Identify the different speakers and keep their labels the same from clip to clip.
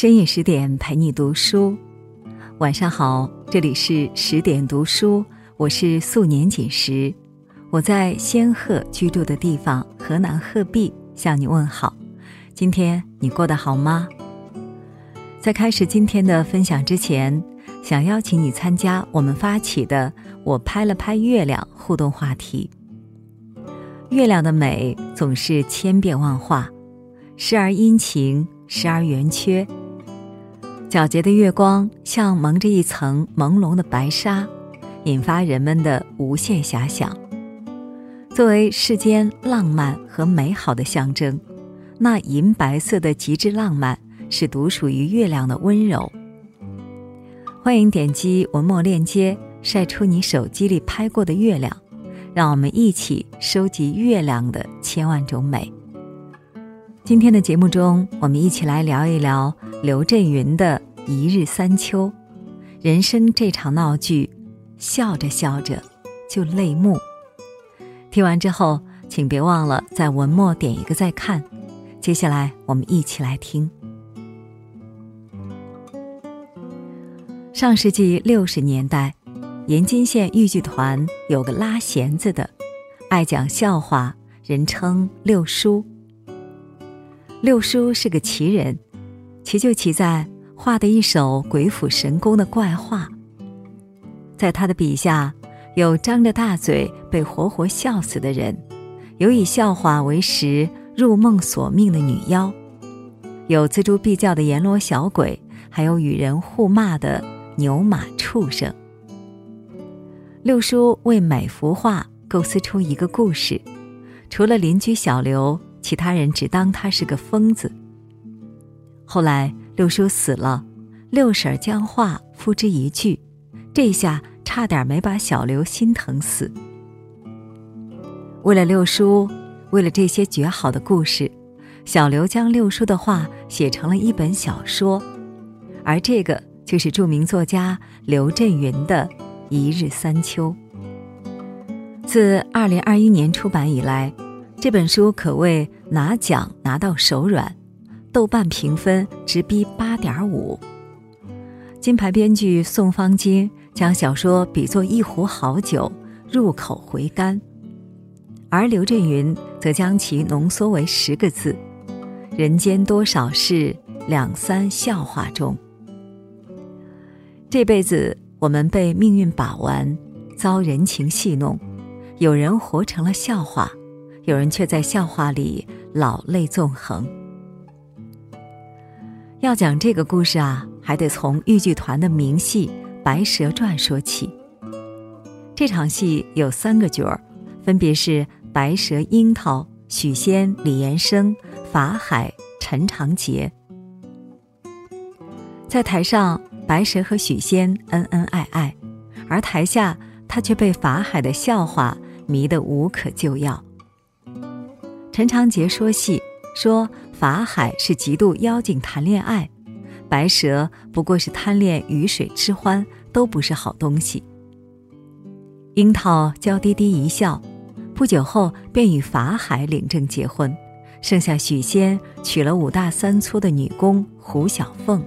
Speaker 1: 深夜10点陪你读书，晚上好，这里是10点读书，我是素年锦时，我在仙鹤居住的地方河南鹤壁向你问好。今天你过得好吗？在开始今天的分享之前，想邀请你参加我们发起的我拍了拍月亮互动话题。月亮的美总是千变万化，时而阴晴，时而圆缺。皎洁的月光像蒙着一层朦胧的白纱，引发人们的无限遐想。作为世间浪漫和美好的象征，那银白色的极致浪漫是独属于月亮的温柔。欢迎点击文末链接，晒出你手机里拍过的月亮，让我们一起收集月亮的千万种美。今天的节目中，我们一起来聊一聊刘震云的一日三秋。人生这场闹剧，笑着笑着就泪目。听完之后，请别忘了在文末点一个再看。接下来我们一起来听。上世纪60年代，延津县豫剧团有个拉弦子的，爱讲笑话，人称六叔。六叔是个奇人，奇就奇在画的一手鬼斧神工的怪画。在他的笔下，有张着大嘴被活活笑死的人，有以笑话为食入梦索命的女妖，有锱铢必较的阎罗小鬼，还有与人互骂的牛马畜生。六叔为每幅画构思出一个故事，除了邻居小刘，其他人只当他是个疯子。后来六叔死了，六婶将画付之一炬，这下差点没把小刘心疼死。为了六叔，为了这些绝好的故事，小刘将六叔的画写成了一本小说，而这个就是著名作家刘震云的一日三秋。自2021年出版以来，这本书可谓拿奖拿到手软，豆瓣评分直逼 8.5。 金牌编剧宋方金将小说比作一壶好酒，入口回甘，而刘震云则将其浓缩为10个字：人间多少事，两三笑话中。这辈子我们被命运把玩，遭人情戏弄，有人活成了笑话，有人却在笑话里老泪纵横。要讲这个故事啊，还得从豫剧团的名戏《白蛇传》说起。这场戏有3个角儿，分别是白蛇樱桃、许仙、李延生、法海、陈长捷。在台上，白蛇和许仙恩恩爱爱，而台下他却被法海的笑话迷得无可救药。陈长捷说戏，说法海是嫉妒妖精谈恋爱，白蛇不过是贪恋鱼水之欢，都不是好东西。樱桃娇滴滴一笑，不久后便与法海领证结婚，剩下许仙娶了5大3粗的女工胡小凤。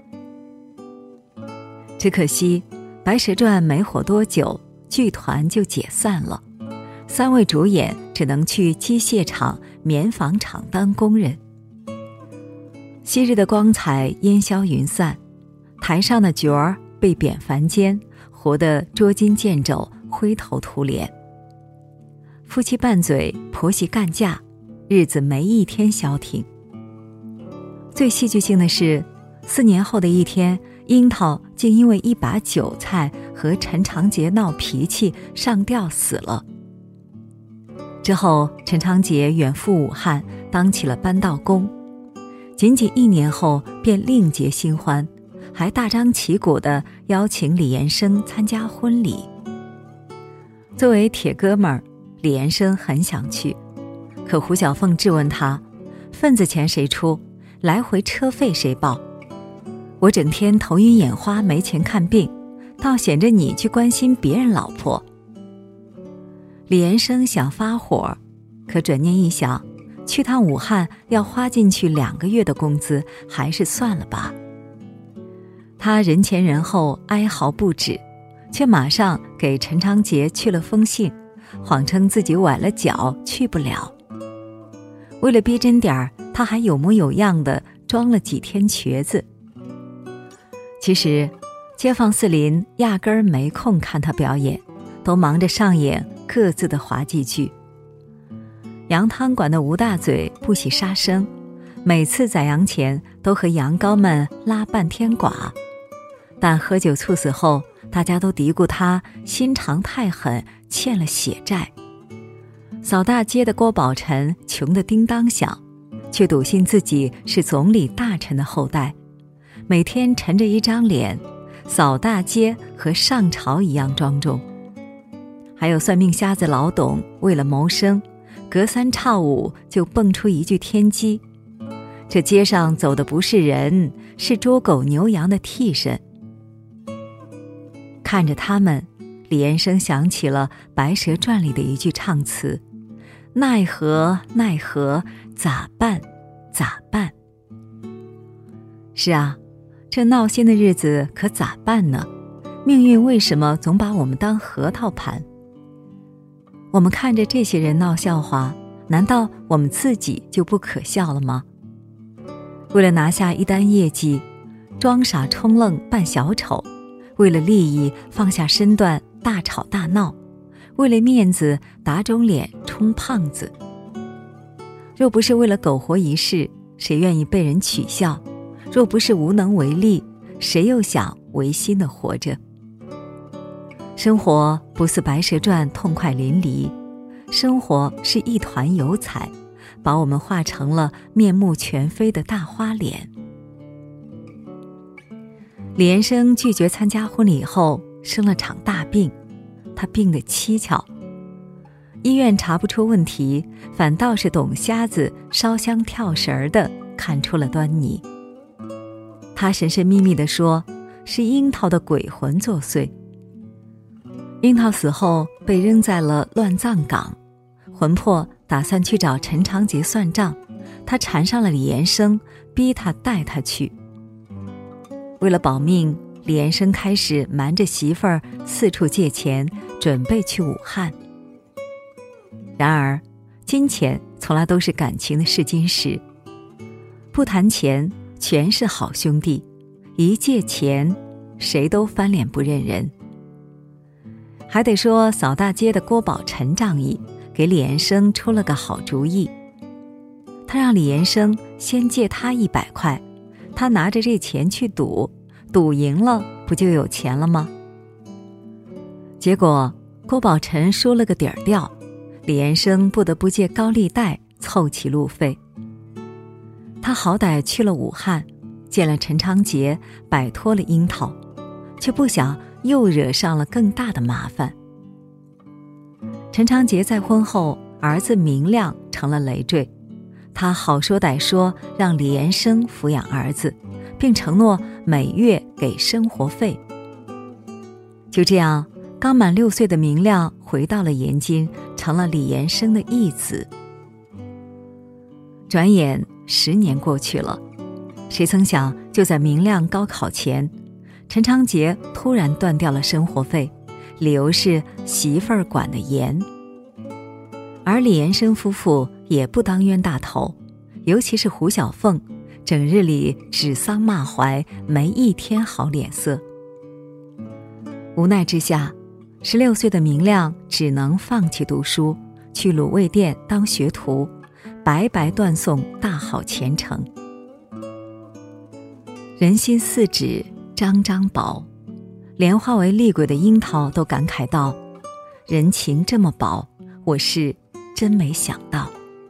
Speaker 1: 只可惜白蛇传没火多久，剧团就解散了，3位主演只能去机械厂、棉纺厂当工人。昔日的光彩烟消云散，台上的角儿被贬凡间，活得捉襟见肘，灰头土脸。夫妻拌嘴，婆媳干架，日子没一天消停。最戏剧性的是，4年后的一天，樱桃竟因为一把韭菜和陈长捷闹脾气上吊死了。之后陈长捷远赴武汉，当起了扳道工，仅仅1年后便另结新欢，还大张旗鼓地邀请李延生参加婚礼。作为铁哥们儿，李延生很想去，可胡小凤质问他，份子钱谁出，来回车费谁报？我整天头晕眼花没钱看病，倒显着你去关心别人老婆。李延生想发火，可转念一想，去趟武汉要花进去2个月的工资，还是算了吧。 他人前人后哀嚎不止，却马上给陈长捷去了封信，谎称自己崴了脚去不了。为了逼真点儿，他还有模有样地装了几天瘸子。其实街坊四邻压根儿没空看他表演，都忙着上演各自的滑稽剧。羊汤馆的吴大嘴不喜杀生，每次宰羊前都和羊羔们拉半天寡，但喝酒猝死后，大家都嘀咕他心肠太狠，欠了血债。扫大街的郭宝辰穷得叮当响，却笃信自己是总理大臣的后代，每天沉着一张脸，扫大街和上朝一样庄重。还有算命瞎子老董，为了谋生，隔三差五就蹦出一句天机：这街上走的不是人，是猪狗牛羊的替身。看着他们，李延生想起了《白蛇传》里的一句唱词：奈何奈何，咋办咋办。是啊，这闹心的日子可咋办呢？命运为什么总把我们当核桃盘？我们看着这些人闹笑话，难道我们自己就不可笑了吗？为了拿下一单业绩，装傻充愣扮小丑，为了利益放下身段大吵大闹，为了面子打肿脸充胖子。若不是为了苟活一世，谁愿意被人取笑？若不是无能为力，谁又想违心地活着？生活不似《白蛇传》痛快淋漓，生活是一团油彩，把我们画成了面目全非的大花脸。李延生拒绝参加婚礼后生了场大病，他病得蹊跷，医院查不出问题，反倒是董瞎子烧香跳神的看出了端倪。他神神秘秘地说，是樱桃的鬼魂作祟。樱桃死后被扔在了乱葬岗，魂魄打算去找陈长捷算账，他缠上了李延生，逼他带他去。为了保命，李延生开始瞒着媳妇儿四处借钱，准备去武汉。然而金钱从来都是感情的试金石，不谈钱全是好兄弟，一借钱谁都翻脸不认人。还得说扫大街的郭宝辰仗义，给李延生出了个好主意。他让李延生先借他100块，他拿着这钱去赌，赌赢了不就有钱了吗？结果郭宝辰输了个底儿掉，李延生不得不借高利贷凑齐路费。他好歹去了武汉，见了陈长捷，摆脱了樱桃，却不想又惹上了更大的麻烦。陈长捷再婚后，儿子明亮成了累赘，他好说歹说让李延生抚养儿子，并承诺每月给生活费。就这样，刚满6岁的明亮回到了延津，成了李延生的义子。转眼10年过去了，谁曾想就在明亮高考前，陈长捷突然断掉了生活费，理由是媳妇儿管得严。而李延生夫妇也不当冤大头，尤其是胡小凤，整日里指桑骂槐，没一天好脸色。无奈之下，16岁的明亮只能放弃读书，去卤味店当学徒，白白断送大好前程。人心似纸，张张薄，连化为厉鬼的樱桃都感慨道：人情这么薄，我是真没想到。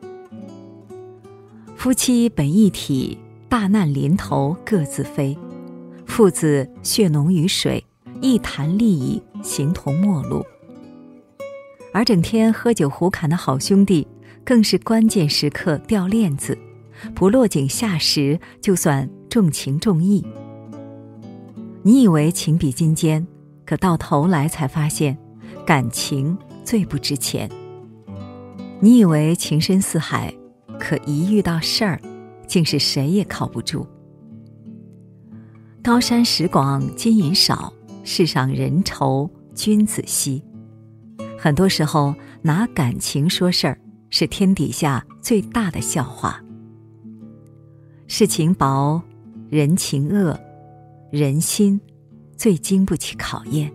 Speaker 1: 夫妻本一体，大难临头各自飞，父子血浓于水，一谈利益，形同陌路。而整天喝酒胡侃的好兄弟，更是关键时刻掉链子，不落井下石就算重情重义。你以为情比金坚，可到头来才发现，感情最不值钱。你以为情深似海，可一遇到事儿，竟是谁也靠不住。 高山石广金银少，世上人稠君子稀。很多时候拿感情说事儿，是天底下最大的笑话。世情薄，人情恶，人心最经不起考验。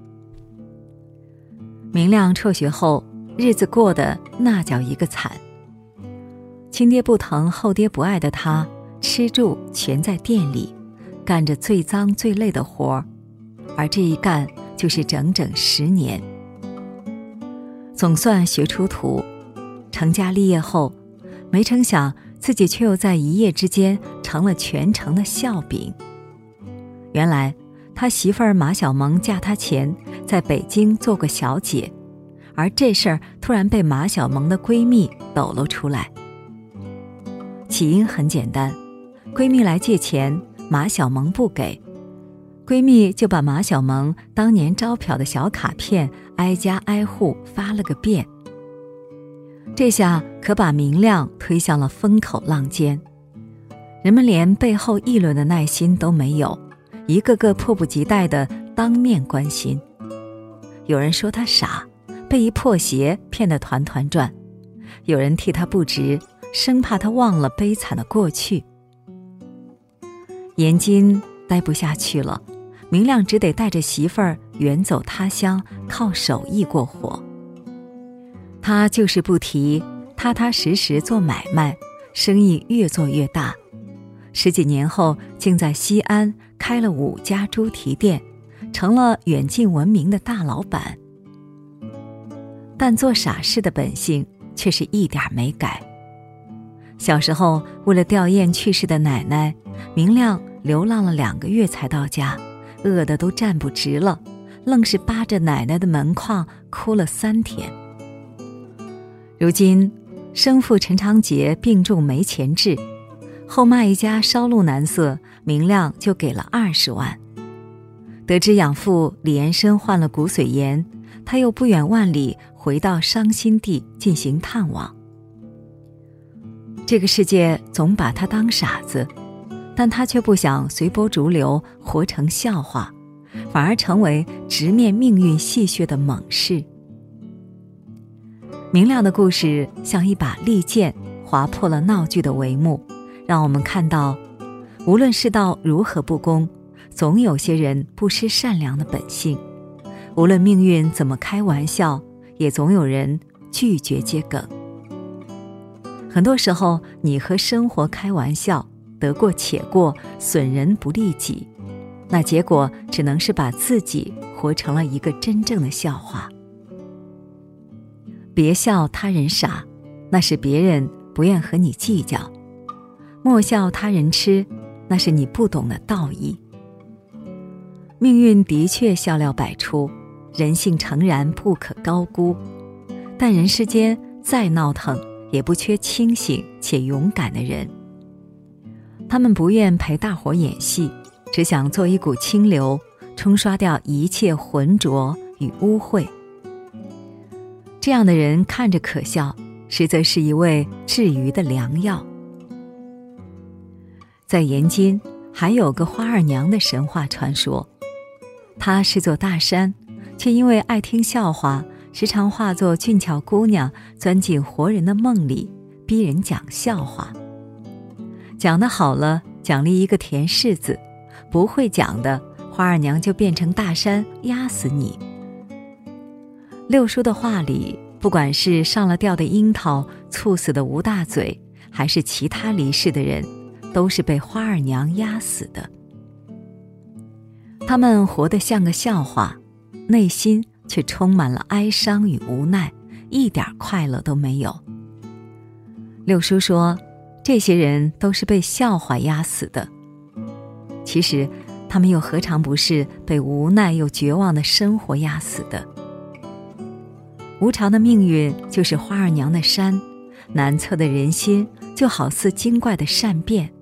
Speaker 1: 明亮辍学后，日子过得那叫一个惨。亲爹不疼后爹不爱的他，吃住全在店里，干着最脏最累的活儿，而这一干就是整整10年。总算学出徒，成家立业后，没成想自己却又在一夜之间成了全城的笑柄。原来他媳妇儿马小萌嫁他前在北京做过小姐，而这事儿突然被马小萌的闺蜜抖露出来。起因很简单，闺蜜来借钱，马小萌不给，闺蜜就把马小萌当年招嫖的小卡片挨家挨户发了个遍。这下可把明亮推向了风口浪尖，人们连背后议论的耐心都没有，一个个迫不及待地当面关心。有人说他傻，被一破鞋骗得团团转；有人替他不值，生怕他忘了悲惨的过去。延津待不下去了，明亮只得带着媳妇儿远走他乡，靠手艺过活。他就是不提，踏踏实实做买卖，生意越做越大。10几年后，竟在西安开了5家猪蹄店，成了远近闻名的大老板。但做傻事的本性却是一点没改。小时候为了吊唁去世的奶奶，明亮流浪了2个月才到家，饿得都站不直了，愣是扒着奶奶的门框哭了3天。如今生父陈长杰病重没钱治，后妈一家烧录难色，明亮就给了20万。得知养父李延伸患了骨髓炎，他又不远万里回到伤心地进行探望。这个世界总把他当傻子，但他却不想随波逐流活成笑话，反而成为直面命运戏谑的猛士。明亮的故事像一把利剑，划破了闹剧的帷幕，让我们看到，无论世道如何不公，总有些人不失善良的本性；无论命运怎么开玩笑，也总有人拒绝接梗。很多时候，你和生活开玩笑，得过且过，损人不利己，那结果只能是把自己活成了一个真正的笑话。别笑他人傻，那是别人不愿和你计较；莫笑他人痴，那是你不懂的道义。命运的确笑料百出，人性诚然不可高估，但人世间再闹腾，也不缺清醒且勇敢的人。他们不愿陪大伙演戏，只想做一股清流，冲刷掉一切浑浊与污秽。这样的人看着可笑，实则是一味治愈的良药。在延津还有个花二娘的神话传说，她是座大山，却因为爱听笑话，时常化作俊俏姑娘，钻进活人的梦里，逼人讲笑话。讲得好了，奖励一个甜柿子；不会讲的，花二娘就变成大山压死你。六叔的话里，不管是上了吊的樱桃，猝死的吴大嘴，还是其他离世的人，都是被花二娘压死的。他们活得像个笑话，内心却充满了哀伤与无奈，一点快乐都没有。六叔说，这些人都是被笑话压死的。其实他们又何尝不是被无奈又绝望的生活压死的？无常的命运就是花二娘的山，难测的人心就好似精怪的善变。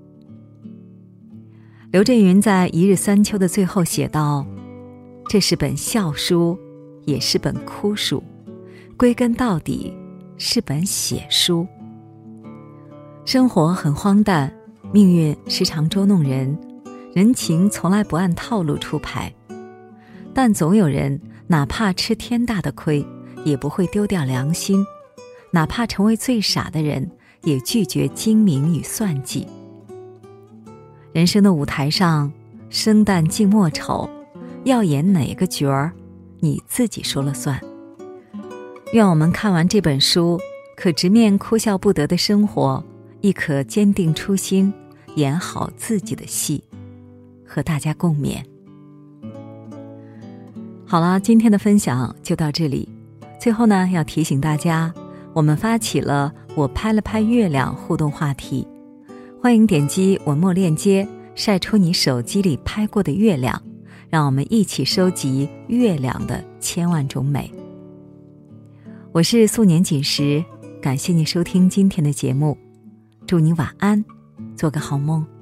Speaker 1: 刘震云在《一日三秋》的最后写道，这是本笑书，也是本哭书，归根到底是本写书。生活很荒诞，命运时常捉弄人， 人情从来不按套路出牌，但总有人哪怕吃天大的亏，也不会丢掉良心，哪怕成为最傻的人，也拒绝精明与算计。人生的舞台上，生旦净末丑，要演哪个角儿，你自己说了算。愿我们看完这本书，可直面哭笑不得的生活，亦可坚定初心，演好自己的戏，和大家共勉。好了，今天的分享就到这里。最后呢，要提醒大家，我们发起了我拍了拍月亮互动话题，欢迎点击文末链接，晒出你手机里拍过的月亮，让我们一起收集月亮的千万种美。我是素年锦时，感谢你收听今天的节目，祝你晚安，做个好梦。